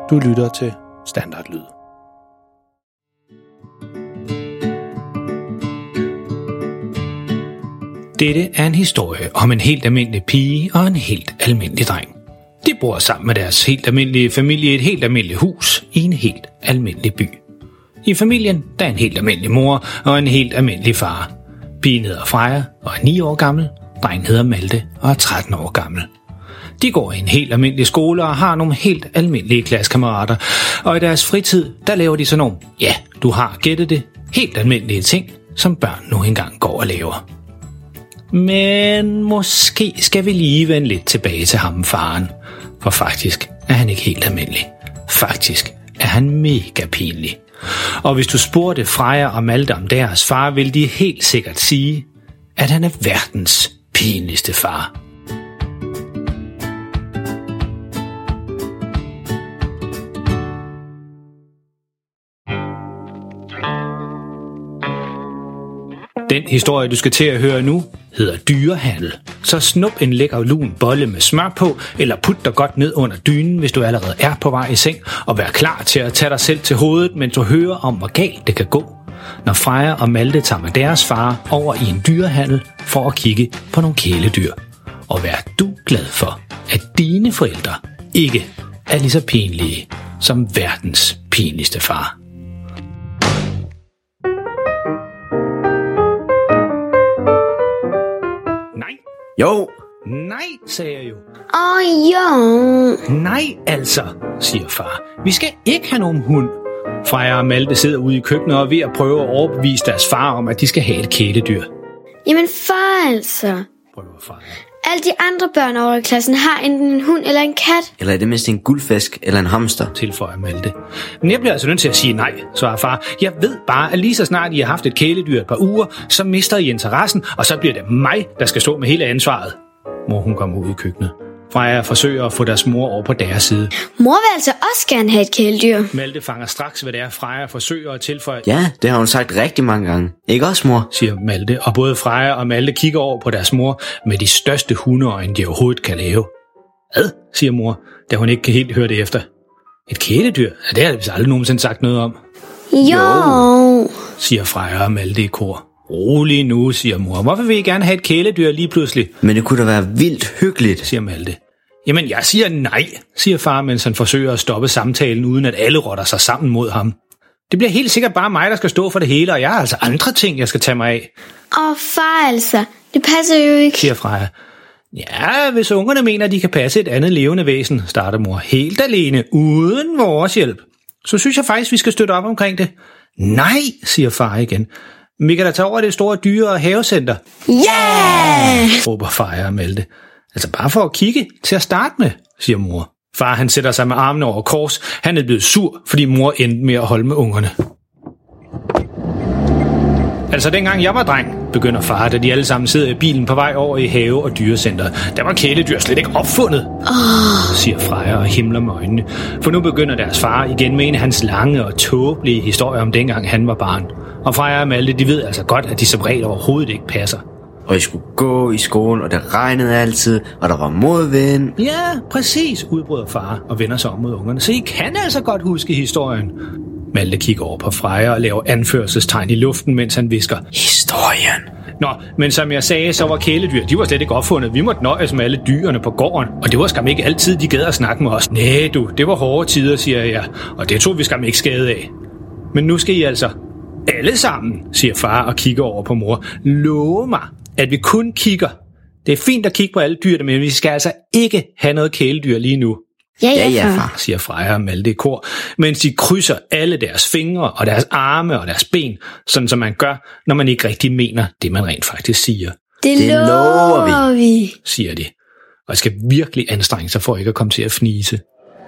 Du lytter til Standardlyd. Dette er en historie om en helt almindelig pige og en helt almindelig dreng. De bor sammen med deres helt almindelige familie i et helt almindeligt hus i en helt almindelig by. I familien der er en helt almindelig mor og en helt almindelig far. Pigen hedder Freja og er 9 år gammel. Drengen hedder Malte og er 13 år gammel. De går i en helt almindelig skole og har nogle helt almindelige klassekammerater. Og i deres fritid, der laver de sådan nogle, ja, du har gættet det, helt almindelige ting, som børn nu engang går og laver. Men måske skal vi lige vende lidt tilbage til ham, faren. For faktisk er han ikke helt almindelig. Faktisk er han mega pinlig. Og hvis du spurgte Freja og Malte om deres far, vil de helt sikkert sige, at han er verdens pinligste far. Den historie, du skal til at høre nu, hedder Dyrehandel. Så snup en lækker lun bolle med smør på, eller put dig godt ned under dynen, hvis du allerede er på vej i seng, og vær klar til at tage dig selv til hovedet, mens du hører om, hvor galt det kan gå, når Freja og Malte tager med deres far over i en dyrehandel for at kigge på nogle kæledyr. Og vær du glad for, at dine forældre ikke er lige så pinlige som verdens pinligste far. Jo. Nej, sagde jeg jo. Jo. Nej, altså, siger far. Vi skal ikke have nogen hund. Freja og Malte sidder ude i køkkenet og er ved at prøve at overbevise deres far om, at de skal have et kæledyr. Jamen far altså. Prøver far. Alle de andre børn over i klassen har enten en hund eller en kat. Eller er det mindst en guldfisk eller en hamster? Tilføjer Malte. Men jeg bliver altså nødt til at sige nej, svarer far. Jeg ved bare, at lige så snart I har haft et kæledyr et par uger, så mister I interessen, og så bliver det mig, der skal stå med hele ansvaret. Mor, hun kommer ud i køkkenet. Freja forsøger at få deres mor over på deres side. Mor vil altså også gerne have et kæledyr. Malte fanger straks, hvad det er, Freja forsøger at tilføje. Ja, det har hun sagt rigtig mange gange. Ikke også, mor? Siger Malte, og både Freja og Malte kigger over på deres mor med de største hundeøjne, de overhovedet kan lave. Hvad? Siger mor, da hun ikke kan helt høre det efter. Et kæledyr? Ja, det har de aldrig nogensinde sagt noget om. Jo. Siger Freja og Malte i kor. Rolig nu, siger mor. Hvorfor vil I gerne have et kæledyr lige pludselig? Men det kunne da være vildt hyggeligt, siger Malte. Jamen, jeg siger nej, siger far, mens han forsøger at stoppe samtalen, uden at alle rotter sig sammen mod ham. Det bliver helt sikkert bare mig, der skal stå for det hele, og jeg har altså andre ting, jeg skal tage mig af. Far altså, det passer jo ikke, siger Freja. Ja, hvis ungerne mener, at de kan passe et andet levende væsen, starter mor helt alene, uden vores hjælp. Så synes jeg faktisk, vi skal støtte op omkring det. Nej, siger far igen. Vi kan da tage over det store dyre- og havecenter. Yeah! råber Freja og Malte. Altså bare for at kigge til at starte med, siger mor. Far han sætter sig med armene over kors. Han er blevet sur, fordi mor endte med at holde med ungerne. Altså dengang jeg var dreng, begynder far, da de alle sammen sidder i bilen på vej over i have- og dyrecenteret. Der var kæledyr slet ikke opfundet, siger Freja og himler med øjnene. For nu begynder deres far igen med en af hans lange og tåbelige historier om dengang han var barn. Og Freja og Malte, de ved altså godt, at de som regel overhovedet ikke passer. Og I skulle gå i skolen, og det regnede altid, og der var modvind. Ja, præcis, udbryder far og vender sig om mod ungerne. Så I kan altså godt huske historien. Malte kigger over på Freja og laver anførselstegn i luften, mens han visker historien. Nå, men som jeg sagde, så var kæledyr, de var slet ikke opfundet. Vi måtte nøjes med alle dyrene på gården, og det var skam ikke altid, de gad at snakke med os. Næh du, det var hårde tider, siger jeg, og det tog vi skam ikke skade af. Men nu skal I altså alle sammen, siger far og kigger over på mor, love mig, at vi kun kigger. Det er fint at kigge på alle dyrene, men vi skal altså ikke have noget kæledyr lige nu. Ja, far, siger Freja og Malte i kor, mens de krydser alle deres fingre og deres arme og deres ben, sådan som man gør, når man ikke rigtig mener det, man rent faktisk siger. Det lover vi, siger de, og jeg skal virkelig anstrenge sig for ikke at komme til at fnise.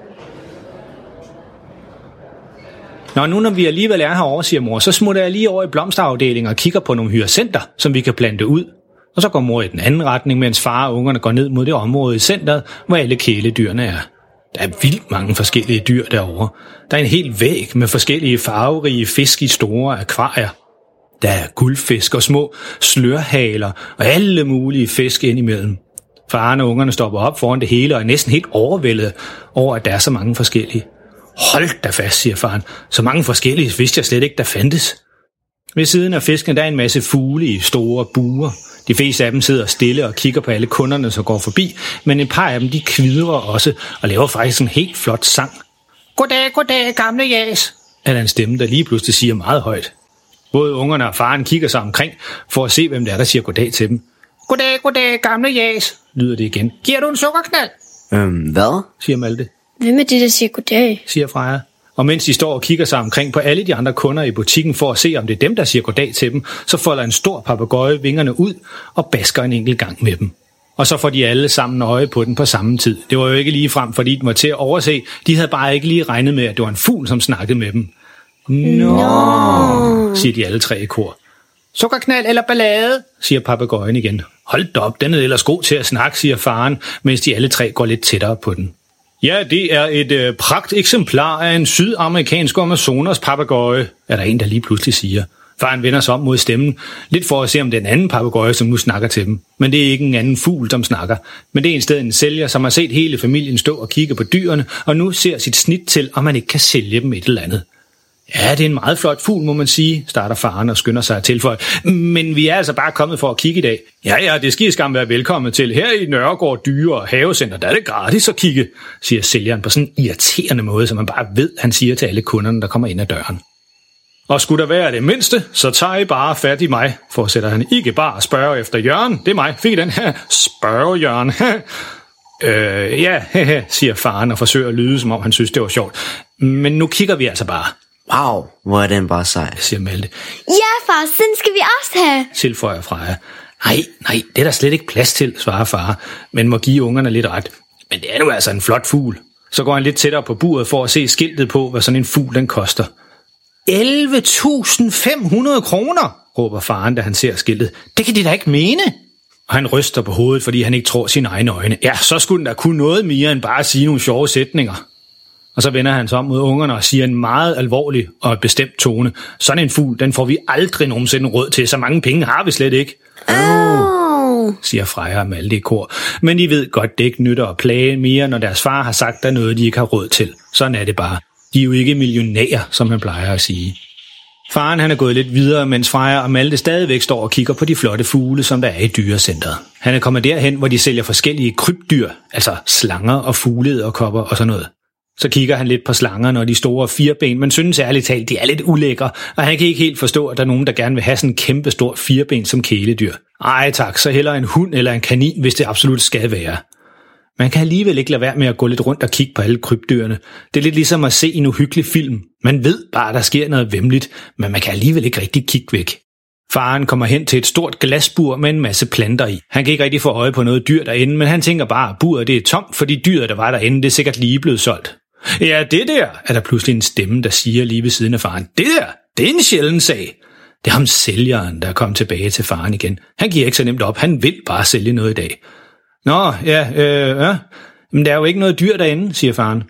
Nu når vi alligevel er herovre, siger mor, så smutter jeg lige over i blomsterafdelingen og kigger på nogle hyacinther, som vi kan plante ud. Og så går mor i den anden retning, mens far og ungerne går ned mod det område i centret, hvor alle kæledyrene er. Der er vildt mange forskellige dyr derovre. Der er en hel væg med forskellige farverige fisk i store akvarier. Der er guldfisk og små slørhaler og alle mulige fisk indimellem. Faren og ungerne stopper op foran det hele og er næsten helt overvældet over, at der er så mange forskellige. Hold da fast, siger faren. Så mange forskellige vidste jeg slet ikke, der fandtes. Ved siden af fisken der er en masse fugle i store buer. De fleste af dem sidder stille og kigger på alle kunderne, som går forbi, men et par af dem de kvidrer også og laver faktisk en helt flot sang. Goddag, goddag, gamle jas, er der en stemme, der lige pludselig siger meget højt. Både ungerne og faren kigger sig omkring for at se, hvem der siger goddag til dem. Goddag, goddag, gamle jas, lyder det igen. Giver du en sukkerknald? Hvad? Siger Malte. Hvem er det, der siger goddag? Siger Freja. Og mens de står og kigger sig omkring på alle de andre kunder i butikken for at se, om det er dem, der siger goddag til dem, så folder en stor papegøje vingerne ud og basker en enkelt gang med dem. Og så får de alle sammen øje på den på samme tid. Det var jo ikke lige frem, fordi den var til at overse. De havde bare ikke lige regnet med, at det var en fugl, som snakkede med dem. Nå, siger de alle tre i kor. Sukkerknald eller ballade, siger papegøjen igen. Hold da op, den er ellers god til at snakke, siger faren, mens de alle tre går lidt tættere på den. Ja, det er et pragt eksemplar af en sydamerikansk Amazonas papegøje, er der en, der lige pludselig siger. Faren vender sig om mod stemmen, lidt for at se om det er en anden papegøje, som nu snakker til dem. Men det er ikke en anden fugl, som snakker. Men det er i stedet en sælger, som har set hele familien stå og kigge på dyrene, og nu ser sit snit til, om man ikke kan sælge dem et eller andet. Ja, det er en meget flot fugl, må man sige, starter faren og skynder sig at tilføje. Men vi er altså bare kommet for at kigge i dag. Ja, det skal I skam være velkommen til. Her i Nørregård Dyre- og Havecenter, der er det gratis at kigge, siger sælgeren på sådan en irriterende måde, som man bare ved, han siger til alle kunderne, der kommer ind ad døren. Og skulle der være det mindste, så tager I bare fat i mig, fortsætter han. Ikke bare spørge efter Jørgen, det er mig. Fik I den her? Spørge Jørgen. Ja, siger faren og forsøger at lyde, som om han synes, det var sjovt. Men nu kigger vi altså bare. Wow, hvor er den bare sej, siger Malte. Ja, far, sådan skal vi også have, tilføjer Freja. Nej, det er der slet ikke plads til, svarer far, men må give ungerne lidt ret. Men det er nu altså en flot fugl. Så går han lidt tættere på buret for at se skiltet på, hvad sådan en fugl den koster. 11.500 kroner, råber faren, da han ser skiltet. Det kan de da ikke mene. Og han ryster på hovedet, fordi han ikke tror sine egne øjne. Ja, så skulle den da kunne noget mere end bare at sige nogle sjove sætninger. Og så vender han sig om mod ungerne og siger en meget alvorlig og et bestemt tone. Sådan en fugl, den får vi aldrig nogensinde råd til. Så mange penge har vi slet ikke. Siger Freja og Malte i kor. Men de ved godt, det ikke nytter at plage mere, når deres far har sagt, der er noget, de ikke har råd til. Sådan er det bare. De er jo ikke millionærer, som han plejer at sige. Faren han er gået lidt videre, mens Freja og Malte stadigvæk står og kigger på de flotte fugle, som der er i dyrecentret. Han er kommet derhen, hvor de sælger forskellige krybdyr, altså slanger og fugleedderkopper og sådan noget. Så kigger han lidt på slangerne og de store fireben, men synes ærligt talt, de er lidt ulækre, og han kan ikke helt forstå, at der er nogen, der gerne vil have sådan en kæmpe stor fireben som kæledyr. Ej tak, så hellere en hund eller en kanin, hvis det absolut skal være. Man kan alligevel ikke lade være med at gå lidt rundt og kigge på alle krybdyrene. Det er lidt ligesom at se en uhyggelig film. Man ved bare, at der sker noget væmmeligt, men man kan alligevel ikke rigtig kigge væk. Faren kommer hen til et stort glasbur med en masse planter i. Han kan ikke rigtig få øje på noget dyr derinde, men han tænker bare, at buret det er tomt, fordi dyret, der var derinde, det er sikkert lige blevet solgt. Ja, det der, er der pludselig en stemme, der siger lige ved siden af faren. Det er en sjælden sag. Det er ham sælgeren, der er kommet tilbage til faren igen. Han giver ikke så nemt op, han vil bare sælge noget i dag. Nå, ja, men der er jo ikke noget dyr derinde, siger faren.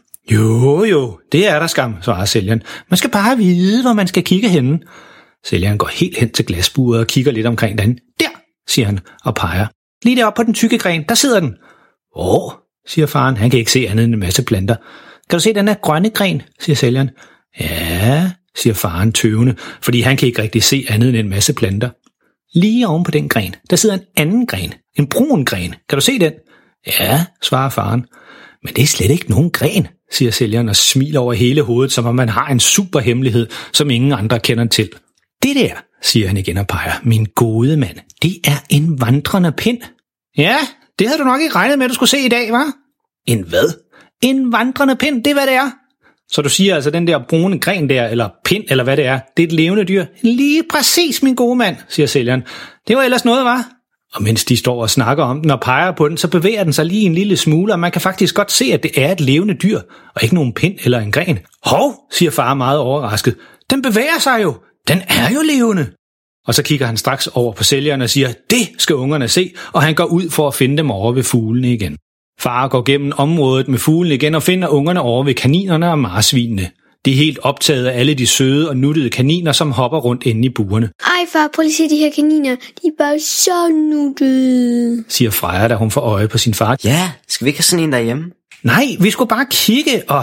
Jo, det er der skam, svarer sælgeren. Man skal bare vide, hvor man skal kigge henne. Sælgeren går helt hen til glasburet og kigger lidt omkring den. Der, siger han og peger. Lige deroppe på den tykke gren, der sidder den. Siger faren. Han kan ikke se andet end en masse planter. Kan du se den her grønne gren, siger sælgeren. Ja, siger faren tøvende, fordi han kan ikke rigtig se andet end en masse planter. Lige oven på den gren, der sidder en anden gren. En brun gren. Kan du se den? Ja, svarer faren. Men det er slet ikke nogen gren, siger sælgeren og smiler over hele hovedet, som om man har en super hemmelighed, som ingen andre kender til. Det der, siger han igen og peger, min gode mand, det er en vandrende pind. Ja, det havde du nok ikke regnet med, at du skulle se i dag, hva'? En hvad? En vandrende pind, det er hvad det er. Så du siger altså, den der brune gren der, eller pind, eller hvad det er, det er et levende dyr? Lige præcis, min gode mand, siger sælgeren. Det var ellers noget, hva'? Og mens de står og snakker om den og peger på den, så bevæger den sig lige en lille smule, og man kan faktisk godt se, at det er et levende dyr, og ikke nogen pind eller en gren. Hov, siger far meget overrasket. Den bevæger sig jo. Den er jo levende. Og så kigger han straks over på sælgeren og siger, det skal ungerne se, og han går ud for at finde dem over ved fuglene igen. Far går gennem området med fuglene igen og finder ungerne over ved kaninerne og marsvinene. De er helt optaget af alle de søde og nuttede kaniner, som hopper rundt inde i burene. Ej far, prøv lige at se de her kaniner. De er bare så nuttede, siger Freja, da hun får øje på sin far. Ja, skal vi ikke have sådan en derhjemme? Nej, vi skulle bare kigge, og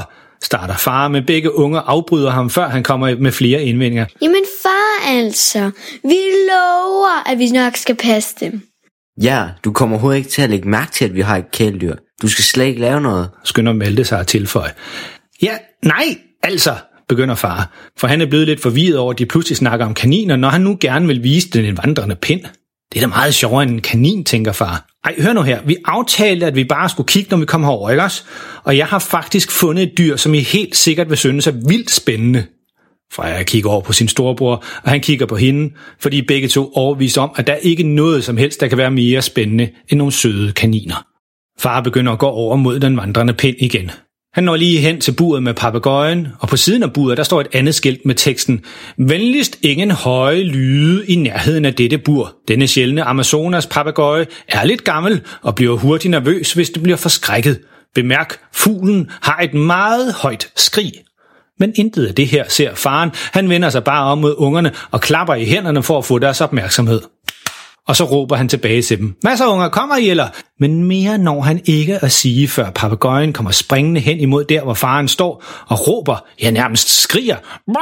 starter far, men begge unger afbryder ham, før han kommer med flere indvendinger. Jamen far altså, vi lover, at vi nok skal passe dem. Ja, du kommer overhovedet ikke til at lægge mærke til, at vi har et kæledyr. Du skal slet ikke lave noget. Skynder Malte sig at tilføje. Ja, nej, altså, begynder far, for han er blevet lidt forvirret over, at de pludselig snakker om kaniner, når han nu gerne vil vise den en vandrende pind. Det er da meget sjovere end en kanin, tænker far. Ej, hør nu her, vi aftalte, at vi bare skulle kigge, når vi kommer herover, ikke også? Og jeg har faktisk fundet et dyr, som I helt sikkert vil synes er vildt spændende. Freja kigger over på sin storebror, og han kigger på hende, fordi begge to overbevist om, at der ikke er noget som helst, der kan være mere spændende end nogle søde kaniner. Far begynder at gå over mod den vandrende pind igen. Han når lige hen til buret med papegøjen, og på siden af buret der står et andet skilt med teksten: Venligst ingen høje lyde i nærheden af dette bur. Denne sjældne Amazonas papegøje er lidt gammel og bliver hurtigt nervøs, hvis det bliver forskrækket. Bemærk, fuglen har et meget højt skrig. Men intet af det her ser faren. Han vender sig bare om mod ungerne og klapper i hænderne for at få deres opmærksomhed. Og så råber han tilbage til dem: Hvad så unger, kommer I eller? Men mere når han ikke at sige, før papegøjen kommer springende hen imod der, hvor faren står og råber, ja nærmest skriger,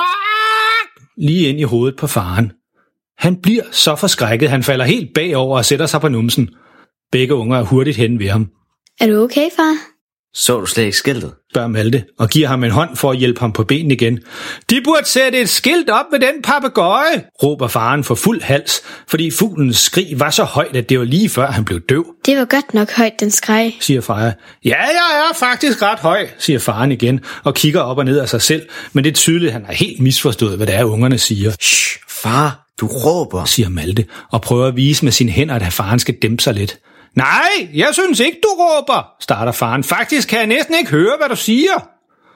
lige ind i hovedet på faren. Han bliver så forskrækket, han falder helt bagover og sætter sig på numsen. Begge unger er hurtigt hen ved ham. Er du okay, far? Så du slet ikke skiltet? Spørger Malte og giver ham en hånd for at hjælpe ham på benene igen. De burde sætte et skilt op med den papegøje, råber faren for fuld hals, fordi fuglens skrig var så højt, at det var lige før han blev døv. Det var godt nok højt, den skreg, siger Freja. Ja, jeg er faktisk ret høj, siger faren igen og kigger op og ned af sig selv, men det er tydeligt, at han har helt misforstået, hvad det er, ungerne siger. Shh, far, du råber, siger Malte og prøver at vise med sine hænder, at faren skal dæmpe sig lidt. Nej, jeg synes ikke, du råber, starter faren. Faktisk kan jeg næsten ikke høre, hvad du siger.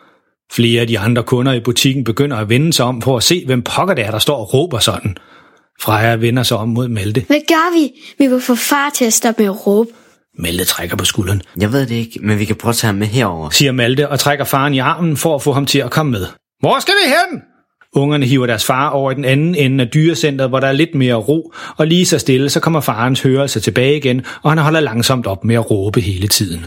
Flere af de andre kunder i butikken begynder at vende sig om for at se, hvem pokker det er, der står og råber sådan. Freja vender sig om mod Malte. Hvad gør vi? Vi må få far til at stoppe med at råbe. Malte trækker på skulderen. Jeg ved det ikke, men vi kan prøve at tage ham med herover, siger Malte og trækker faren i armen for at få ham til at komme med. Hvor skal vi hen? Ungerne hiver deres far over i den anden ende af dyrecentret, hvor der er lidt mere ro, og lige så stille, så kommer farens hørelse tilbage igen, og han holder langsomt op med at råbe hele tiden.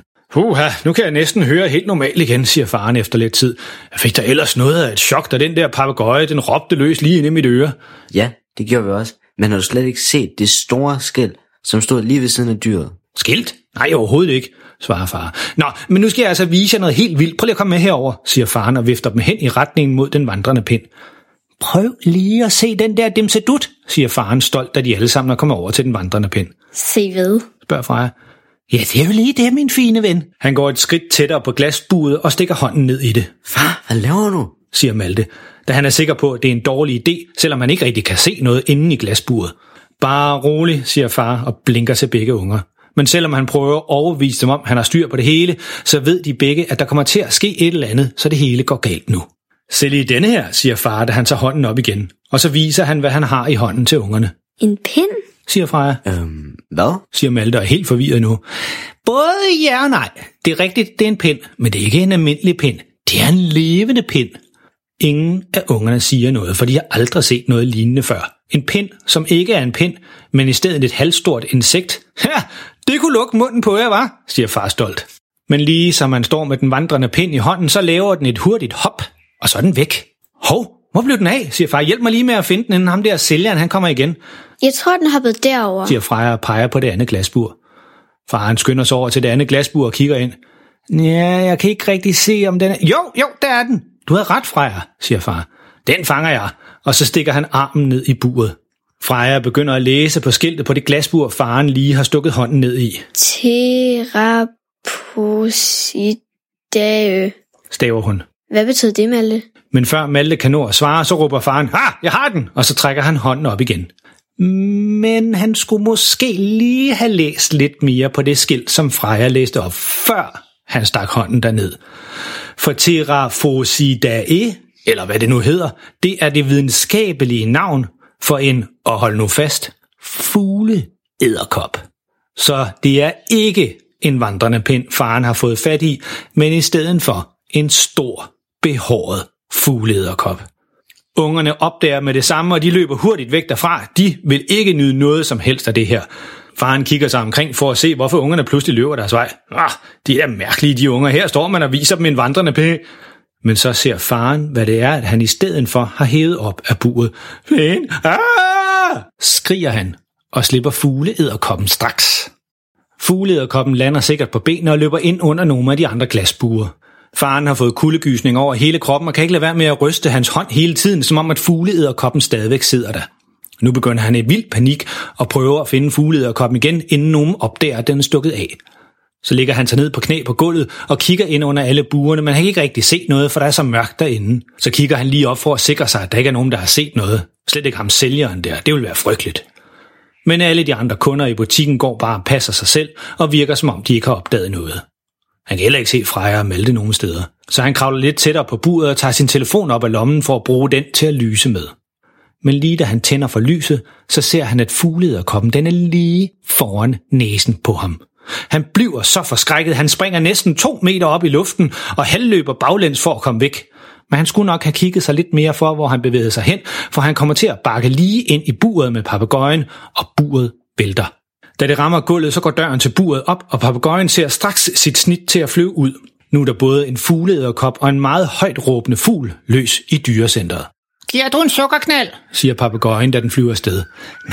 Nu kan jeg næsten høre helt normalt igen, siger faren efter lidt tid. Jeg fik da ellers noget af et chok, da den der papegøje, den råbte løs lige ind i mit øre. Ja, det gjorde vi også, men har du slet ikke set det store skilt, som stod lige ved siden af dyret? Skilt? Nej, overhovedet ikke, svarer far. Nå, men nu skal jeg altså vise jer noget helt vildt. Prøv lige at komme med herover, siger faren og vifter dem hen i retningen mod den vandrende pind. Prøv lige at se den der dimsedut, siger faren stolt, da de alle sammen er kommet over til den vandrende pind. Se hvad? Spørger Freja. Ja, det er jo lige det, min fine ven. Han går et skridt tættere på glasbuet og stikker hånden ned i det. Far, hvad laver du? Siger Malte, da han er sikker på, at det er en dårlig idé, selvom han ikke rigtig kan se noget inde i glasbuet. Bare rolig, siger far og blinker til begge unger. Men selvom han prøver at overbevise dem om, at han har styr på det hele, så ved de begge, at der kommer til at ske et eller andet, så det hele går galt nu. Se lige denne her, siger far, da han tager hånden op igen. Og så viser han, hvad han har i hånden til ungerne. En pind? Siger Freja. Hvad? Siger Malte og er helt forvirret nu. Både ja og nej. Det er rigtigt, det er en pind, men det er ikke en almindelig pind. Det er en levende pind. Ingen af ungerne siger noget, for de har aldrig set noget lignende før. En pind, som ikke er en pind, men i stedet et halvstort insekt. Ha, det kunne lukke munden på jer, hva'? Siger far stolt. Men lige som han står med den vandrende pind i hånden, så laver den et hurtigt hop, og så er den væk. Hov, hvor blev den af, siger far. Hjælp mig lige med at finde den, inden ham der sælgeren, han kommer igen. Jeg tror, den hoppede derover, siger Freja og peger på det andet glasbur. Faren skynder sig over til det andet glasbur og kigger ind. Ja, jeg kan ikke rigtig se, om den er... Jo, der er den. Du havde ret, Freja, siger far. Den fanger jeg, og så stikker han armen ned i buret. Freja begynder at læse på skiltet på det glasbur, faren lige har stukket hånden ned i. Teraposidae, staver hun. Hvad betyder det, Malte? Men før Malte kan nå at svare, så råber faren, jeg har den, og så trækker han hånden op igen. Men han skulle måske lige have læst lidt mere på det skilt, som Freja læste op, før han stak hånden derned. For Teraposidae, eller hvad det nu hedder, det er det videnskabelige navn for en, og hold nu fast, fugleedderkop. Så det er ikke en vandrende pind, faren har fået fat i, men i stedet for en stor, behåret fugleedderkop. Ungerne opdager med det samme, og de løber hurtigt væk derfra. De vil ikke nyde noget som helst af det her. Faren kigger sig omkring for at se, hvorfor ungerne pludselig løber deres vej. De er mærkelige, de unger. Her står man og viser dem en vandrende pind. Men så ser faren, hvad det er, at han i stedet for har hævet op af buret. Finn! Skriger han og slipper fugleedderkoppen straks. Fugleedderkoppen lander sikkert på benene og løber ind under nogle af de andre glasbuer. Faren har fået kuldegysning over hele kroppen og kan ikke lade være med at ryste hans hånd hele tiden, som om at fugleedderkoppen stadigvæk sidder der. Nu begynder han i vild panik og prøver at finde fugleedderkoppen igen, inden nogen opdager, at den er stukket af. Så ligger han sig ned på knæ på gulvet og kigger ind under alle buerne, men han kan ikke rigtig se noget, for der er så mørkt derinde. Så kigger han lige op for at sikre sig, at der ikke er nogen, der har set noget. Slet ikke ham sælgeren der, det vil være frygteligt. Men alle de andre kunder i butikken går bare og passer sig selv og virker som om de ikke har opdaget noget. Han kan heller ikke se Freja og Malte nogen steder, så han kravler lidt tættere på buret og tager sin telefon op af lommen for at bruge den til at lyse med. Men lige da han tænder for lyset, så ser han, at fugleedderkoppen den er lige foran næsen på ham. Han bliver så forskrækket, han springer næsten 2 meter op i luften og halvløber baglæns for at komme væk. Men han skulle nok have kigget sig lidt mere for, hvor han bevægede sig hen, for han kommer til at bakke lige ind i buret med papegøjen, og buret vælter. Da det rammer gulvet, så går døren til buret op, og papegøjen ser straks sit snit til at flyve ud. Nu er der både en fugleedderkop og en meget højt råbende fugl løs i dyrecentret. Giver du en sukkerknald? Siger papegøjen, da den flyver afsted.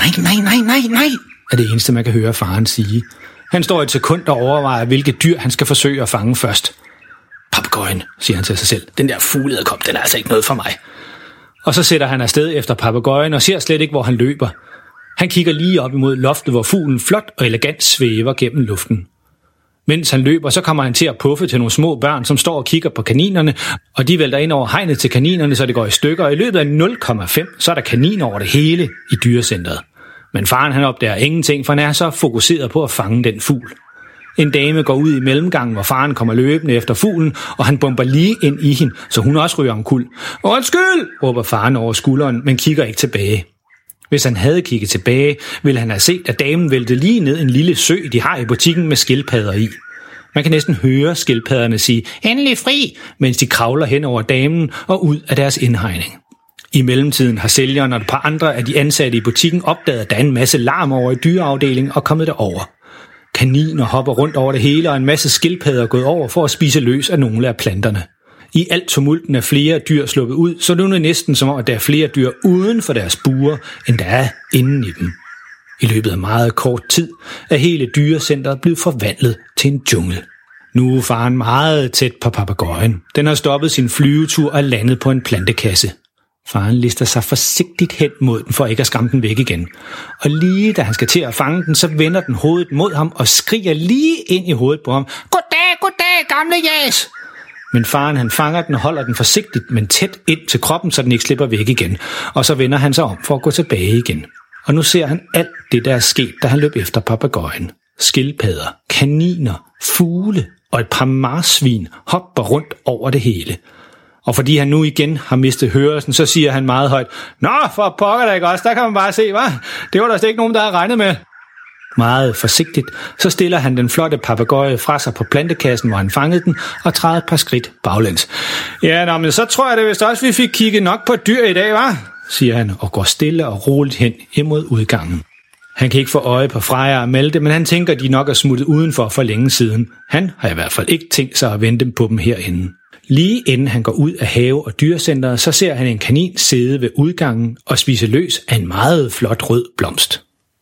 Nej, er det eneste, man kan høre faren sige. Han står et sekund og overvejer, hvilket dyr han skal forsøge at fange først. Papegøjen, siger han til sig selv. Den der fugleedderkop, den er altså ikke noget for mig. Og så sætter han afsted efter papegøjen og ser slet ikke, hvor han løber. Han kigger lige op imod loftet, hvor fuglen flot og elegant svæver gennem luften. Mens han løber, så kommer han til at puffe til nogle små børn, som står og kigger på kaninerne, og de vælter ind over hegnet til kaninerne, så det går i stykker, og i løbet af 0,5, så er der kaniner over det hele i dyrecentret. Men faren han opdager ingenting, for han er så fokuseret på at fange den fugl. En dame går ud i mellemgangen, hvor faren kommer løbende efter fuglen, og han bomber lige ind i hende, så hun også ryger omkuld. Undskyld, råber faren over skulderen, men kigger ikke tilbage. Hvis han havde kigget tilbage, ville han have set, at damen vælte lige ned en lille sø, de har i butikken med skildpadder i. Man kan næsten høre skildpadderne sige, endelig fri, mens de kravler hen over damen og ud af deres indhegning. I mellemtiden har sælgeren og et par andre af de ansatte i butikken opdaget, at der er en masse larm over i dyreafdelingen og kommet derover. Kaniner hopper rundt over det hele, og en masse skildpadder er gået over for at spise løs af nogle af planterne. I alt tumulten er flere dyr sluppet ud, så nu er det næsten som om, at der er flere dyr uden for deres buer, end der er inden i dem. I løbet af meget kort tid er hele dyrecentret blevet forvandlet til en jungle. Nu er faren meget tæt på papegøjen. Den har stoppet sin flyvetur og landet på en plantekasse. Faren lister sig forsigtigt hen mod den for ikke at skræmme den væk igen. Og lige da han skal til at fange den, så vender den hovedet mod ham og skriger lige ind i hovedet på ham. Goddag, gamle jæs! Men faren han fanger den og holder den forsigtigt, men tæt ind til kroppen, så den ikke slipper væk igen. Og så vender han sig om for at gå tilbage igen. Og nu ser han alt det, der er sket, da han løb efter papegøjen. Skildpadder, kaniner, fugle og et par marsvin hopper rundt over det hele. Og fordi han nu igen har mistet hørelsen, så siger han meget højt, Nå, for pokker da ikke også, der kan man bare se, hva? Det var der slet ikke nogen, der havde regnet med. Meget forsigtigt, så stiller han den flotte papegøje fra sig på plantekassen, hvor han fangede den, og træder et par skridt baglæns. Ja, men så tror jeg det vist også, vi fik kigget nok på dyr i dag, hva? Siger han, og går stille og roligt hen imod udgangen. Han kan ikke få øje på Freja og Malte, men han tænker, de nok er smuttet udenfor for længe siden. Han har i hvert fald ikke tænkt sig at vente på dem herinde. Lige inden han går ud af have- og dyrecentret, så ser han en kanin sidde ved udgangen og spise løs af en meget flot rød blomst.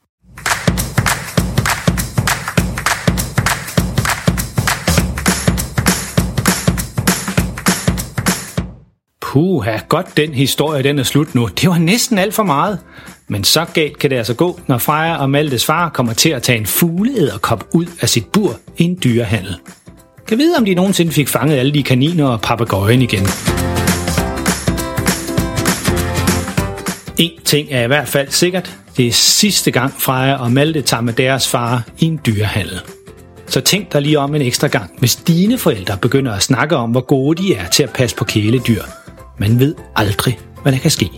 Puha, godt den historie, den er slut nu. Det var næsten alt for meget. Men så galt kan det altså gå, når Freja og Maltes far kommer til at tage en fugleedderkop ud af sit bur i en dyrehandel. Kan vide, om de nogensinde fik fanget alle de kaniner og papegøjen igen. En ting er i hvert fald sikkert. Det er sidste gang Freja og Malte tager med deres far i en dyrehandel. Så tænk dig lige om en ekstra gang, hvis dine forældre begynder at snakke om, hvor gode de er til at passe på kæledyr. Man ved aldrig, hvad der kan ske.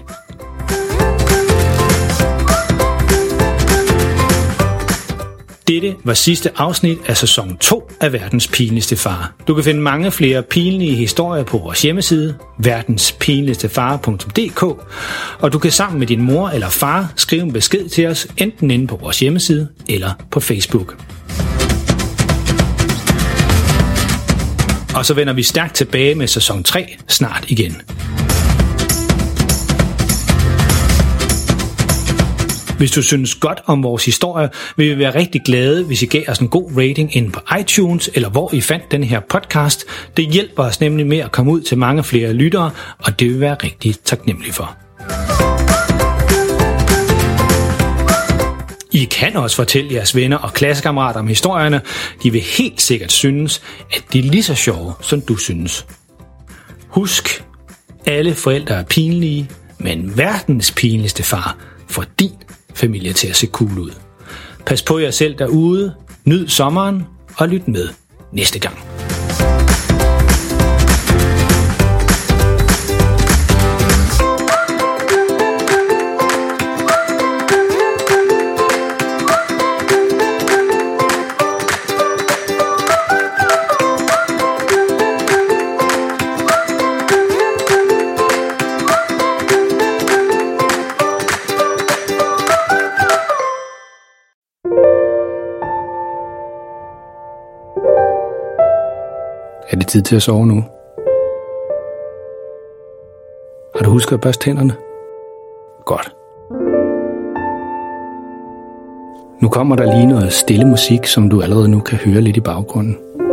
Dette var sidste afsnit af sæson 2 af Verdens Pinligste Far. Du kan finde mange flere pinlige historier på vores hjemmeside, verdenspinligstefar.dk, og du kan sammen med din mor eller far skrive en besked til os, enten inde på vores hjemmeside eller på Facebook. Og så vender vi stærkt tilbage med sæson 3 snart igen. Hvis du synes godt om vores historie, vil vi være rigtig glade, hvis I gav os en god rating inde på iTunes, eller hvor I fandt den her podcast. Det hjælper os nemlig med at komme ud til mange flere lyttere, og det vil vi være rigtig taknemmelige for. I kan også fortælle jeres venner og klassekammerater om historierne. De vil helt sikkert synes, at de er lige så sjove, som du synes. Husk, alle forældre er pinlige, men verdens pinligste far får din familie til at se cool ud. Pas på jer selv derude, nyd sommeren og lyt med næste gang. Er det tid til at sove nu? Har du husket at børste tænderne? Godt. Nu kommer der lige noget stille musik, som du allerede nu kan høre lidt i baggrunden.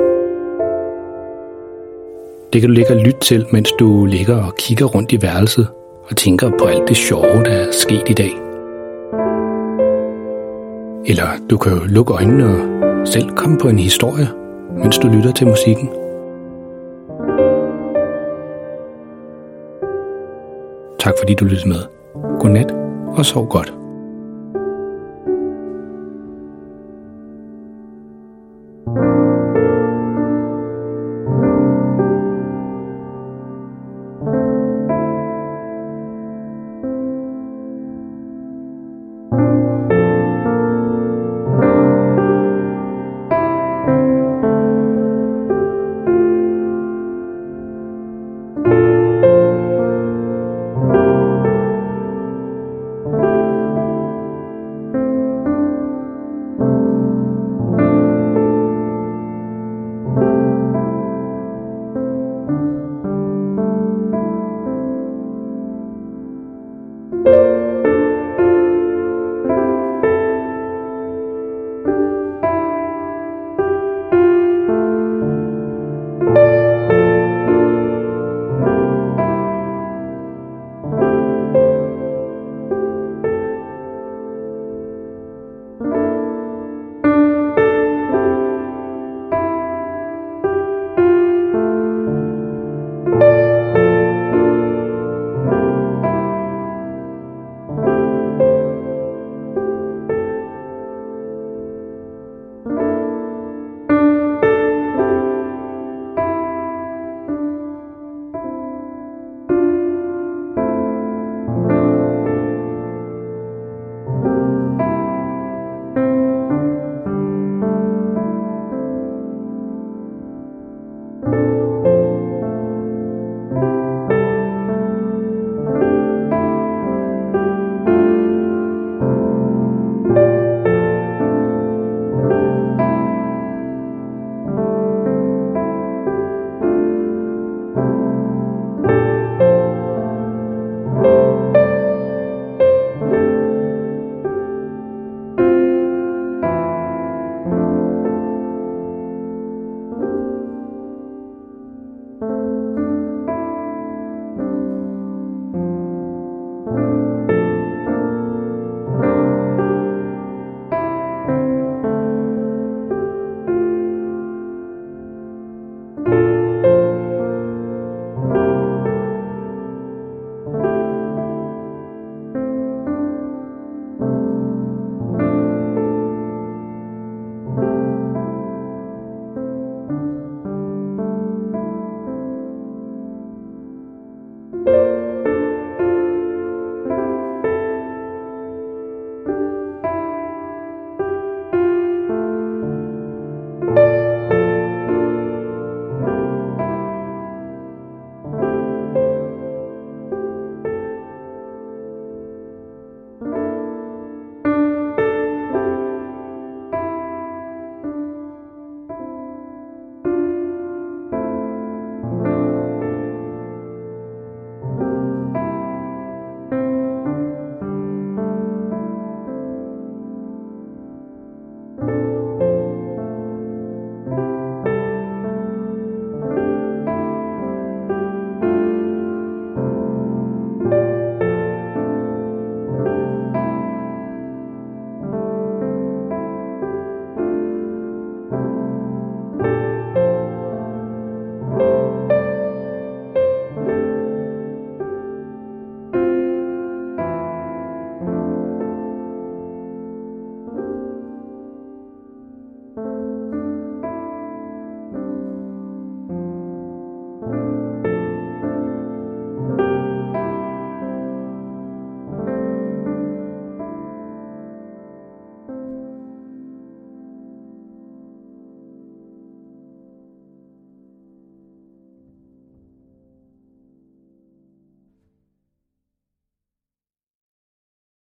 Det kan du ligge og lytte til, mens du ligger og kigger rundt i værelset og tænker på alt det sjove, der er sket i dag. Eller du kan jo lukke øjnene og selv komme på en historie, mens du lytter til musikken. Tak fordi du lyttede med. Godnat og sov godt.